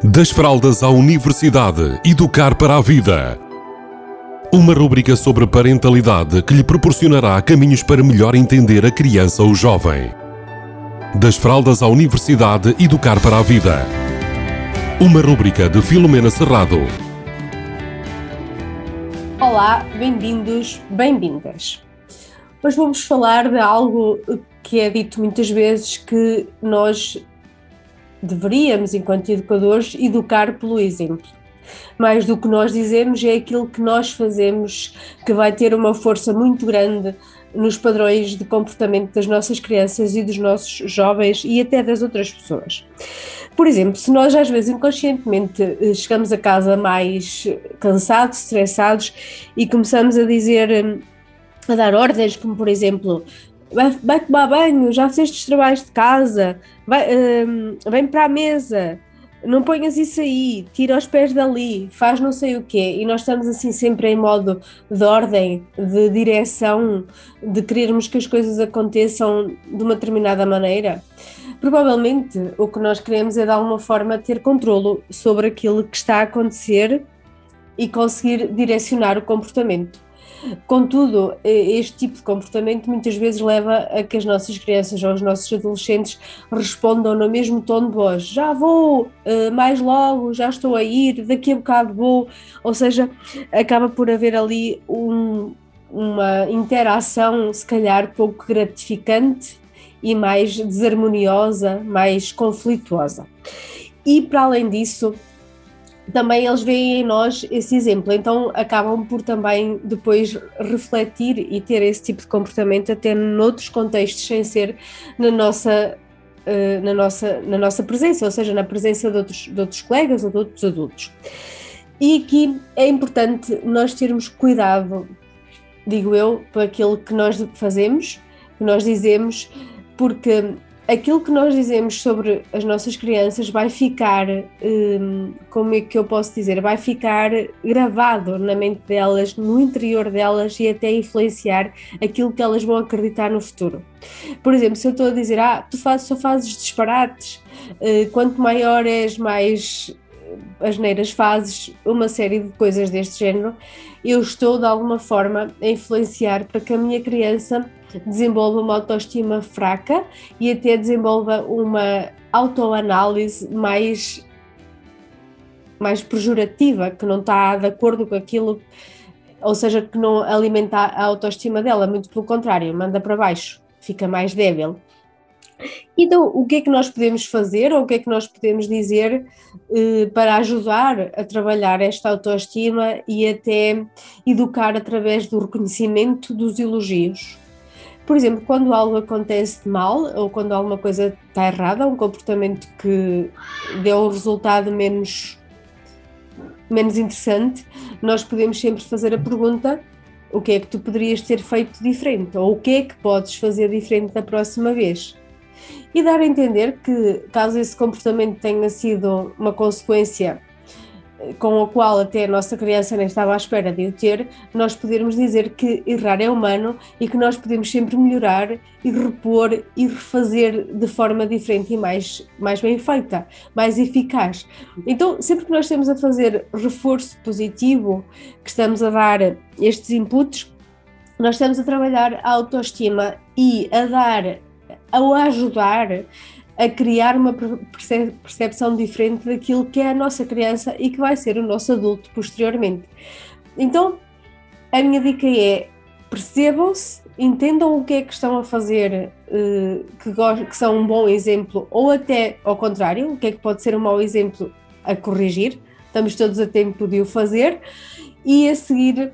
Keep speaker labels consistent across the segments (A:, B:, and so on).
A: Das fraldas à universidade, educar para a vida. Uma rubrica sobre parentalidade que lhe proporcionará caminhos para melhor entender a criança ou jovem. Das fraldas à universidade, educar para a vida. Uma rubrica de Filomena Serrado.
B: Olá, bem-vindos, bem-vindas. Hoje vamos falar de algo que é dito muitas vezes, que nós deveríamos, enquanto educadores, educar pelo exemplo. Mais do que nós dizemos, é aquilo que nós fazemos que vai ter uma força muito grande nos padrões de comportamento das nossas crianças e dos nossos jovens e até das outras pessoas. Por exemplo, se nós às vezes inconscientemente chegamos a casa mais cansados, estressados e começamos a dizer, a dar ordens, como por exemplo: vai tomar banho, já fizeste os trabalhos de casa, vem para a mesa, não ponhas isso aí, tira os pés dali, faz não sei o quê, e nós estamos assim sempre em modo de ordem, de direção, de querermos que as coisas aconteçam de uma determinada maneira. Provavelmente o que nós queremos é de alguma forma ter controlo sobre aquilo que está a acontecer e conseguir direcionar o comportamento. Contudo, este tipo de comportamento muitas vezes leva a que as nossas crianças ou os nossos adolescentes respondam no mesmo tom de voz: já vou, mais logo, já estou a ir, daqui a bocado vou. Ou seja, acaba por haver ali uma interação se calhar pouco gratificante e mais desarmoniosa, mais conflituosa. E para além disso, também eles veem em nós esse exemplo, então acabam por também depois refletir e ter esse tipo de comportamento até noutros contextos, sem ser na nossa presença, ou seja, na presença de outros colegas ou de outros adultos. E aqui é importante nós termos cuidado, digo eu, para aquilo que nós fazemos, que nós dizemos, porque aquilo que nós dizemos sobre as nossas crianças vai ficar, como é que eu posso dizer, vai ficar gravado na mente delas, no interior delas, e até influenciar aquilo que elas vão acreditar no futuro. Por exemplo, se eu estou a dizer: tu só fazes disparates, quanto maior és, mais asneiras fazes, uma série de coisas deste género, eu estou de alguma forma a influenciar para que a minha criança desenvolva uma autoestima fraca e até desenvolva uma autoanálise mais pejorativa, que não está de acordo com aquilo, ou seja, que não alimenta a autoestima dela, muito pelo contrário, manda para baixo, fica mais débil. Então, o que é que nós podemos fazer, ou o que é que nós podemos dizer para ajudar a trabalhar esta autoestima e até educar através do reconhecimento dos elogios? Por exemplo, quando algo acontece de mal ou quando alguma coisa está errada, um comportamento que deu um resultado menos interessante, nós podemos sempre fazer a pergunta: o que é que tu poderias ter feito diferente? Ou o que é que podes fazer diferente da próxima vez? E dar a entender que, caso esse comportamento tenha sido uma consequência com a qual até a nossa criança nem estava à espera de o ter, nós podermos dizer que errar é humano e que nós podemos sempre melhorar e repor e refazer de forma diferente e mais bem feita, mais eficaz. Então, sempre que nós estamos a fazer reforço positivo, que estamos a dar estes inputs, nós estamos a trabalhar a autoestima e a ajudar a criar uma percepção diferente daquilo que é a nossa criança e que vai ser o nosso adulto posteriormente. Então, a minha dica é: percebam-se, entendam o que é que estão a fazer, que são um bom exemplo, ou até ao contrário, o que é que pode ser um mau exemplo a corrigir. Estamos todos a tempo de o fazer, e a seguir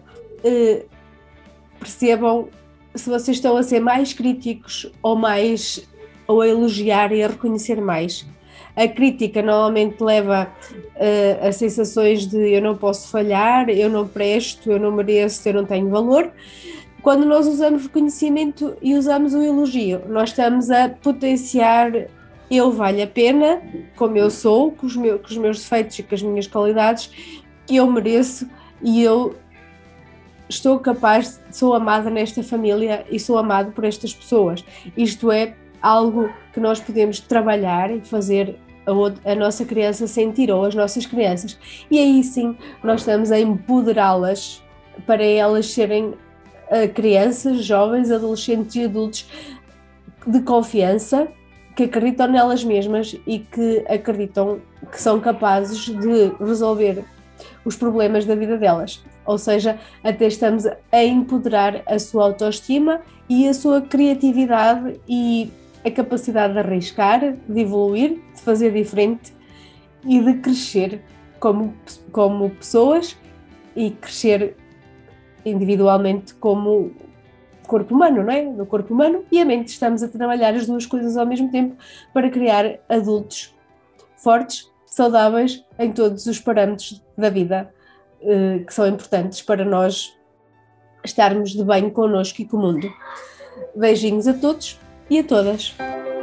B: percebam se vocês estão a ser mais críticos ou a elogiar e a reconhecer mais. A crítica normalmente leva a sensações de eu não posso falhar, eu não presto, eu não mereço, eu não tenho valor. Quando nós usamos reconhecimento e usamos o elogio, nós estamos a potenciar: eu valho a pena, como eu sou, com os meus defeitos e com as minhas qualidades, eu mereço e eu estou capaz, sou amada nesta família e sou amado por estas pessoas. Isto é algo que nós podemos trabalhar e fazer a nossa criança sentir, ou as nossas crianças. E aí sim, nós estamos a empoderá-las para elas serem crianças, jovens, adolescentes e adultos de confiança, que acreditam nelas mesmas e que acreditam que são capazes de resolver os problemas da vida delas. Ou seja, até estamos a empoderar a sua autoestima e a sua criatividade e a capacidade de arriscar, de evoluir, de fazer diferente e de crescer como pessoas e crescer individualmente como corpo humano, não é? No corpo humano e a mente. Estamos a trabalhar as duas coisas ao mesmo tempo para criar adultos fortes, saudáveis em todos os parâmetros da vida que são importantes para nós estarmos de bem connosco e com o mundo. Beijinhos a todos e a todas.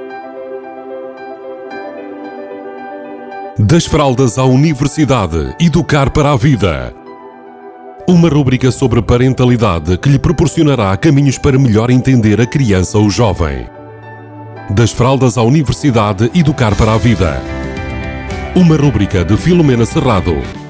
A: Das fraldas à universidade, educar para a vida. Uma rúbrica sobre parentalidade que lhe proporcionará caminhos para melhor entender a criança ou jovem. Das fraldas à universidade, educar para a vida. Uma rúbrica de Filomena Serrado.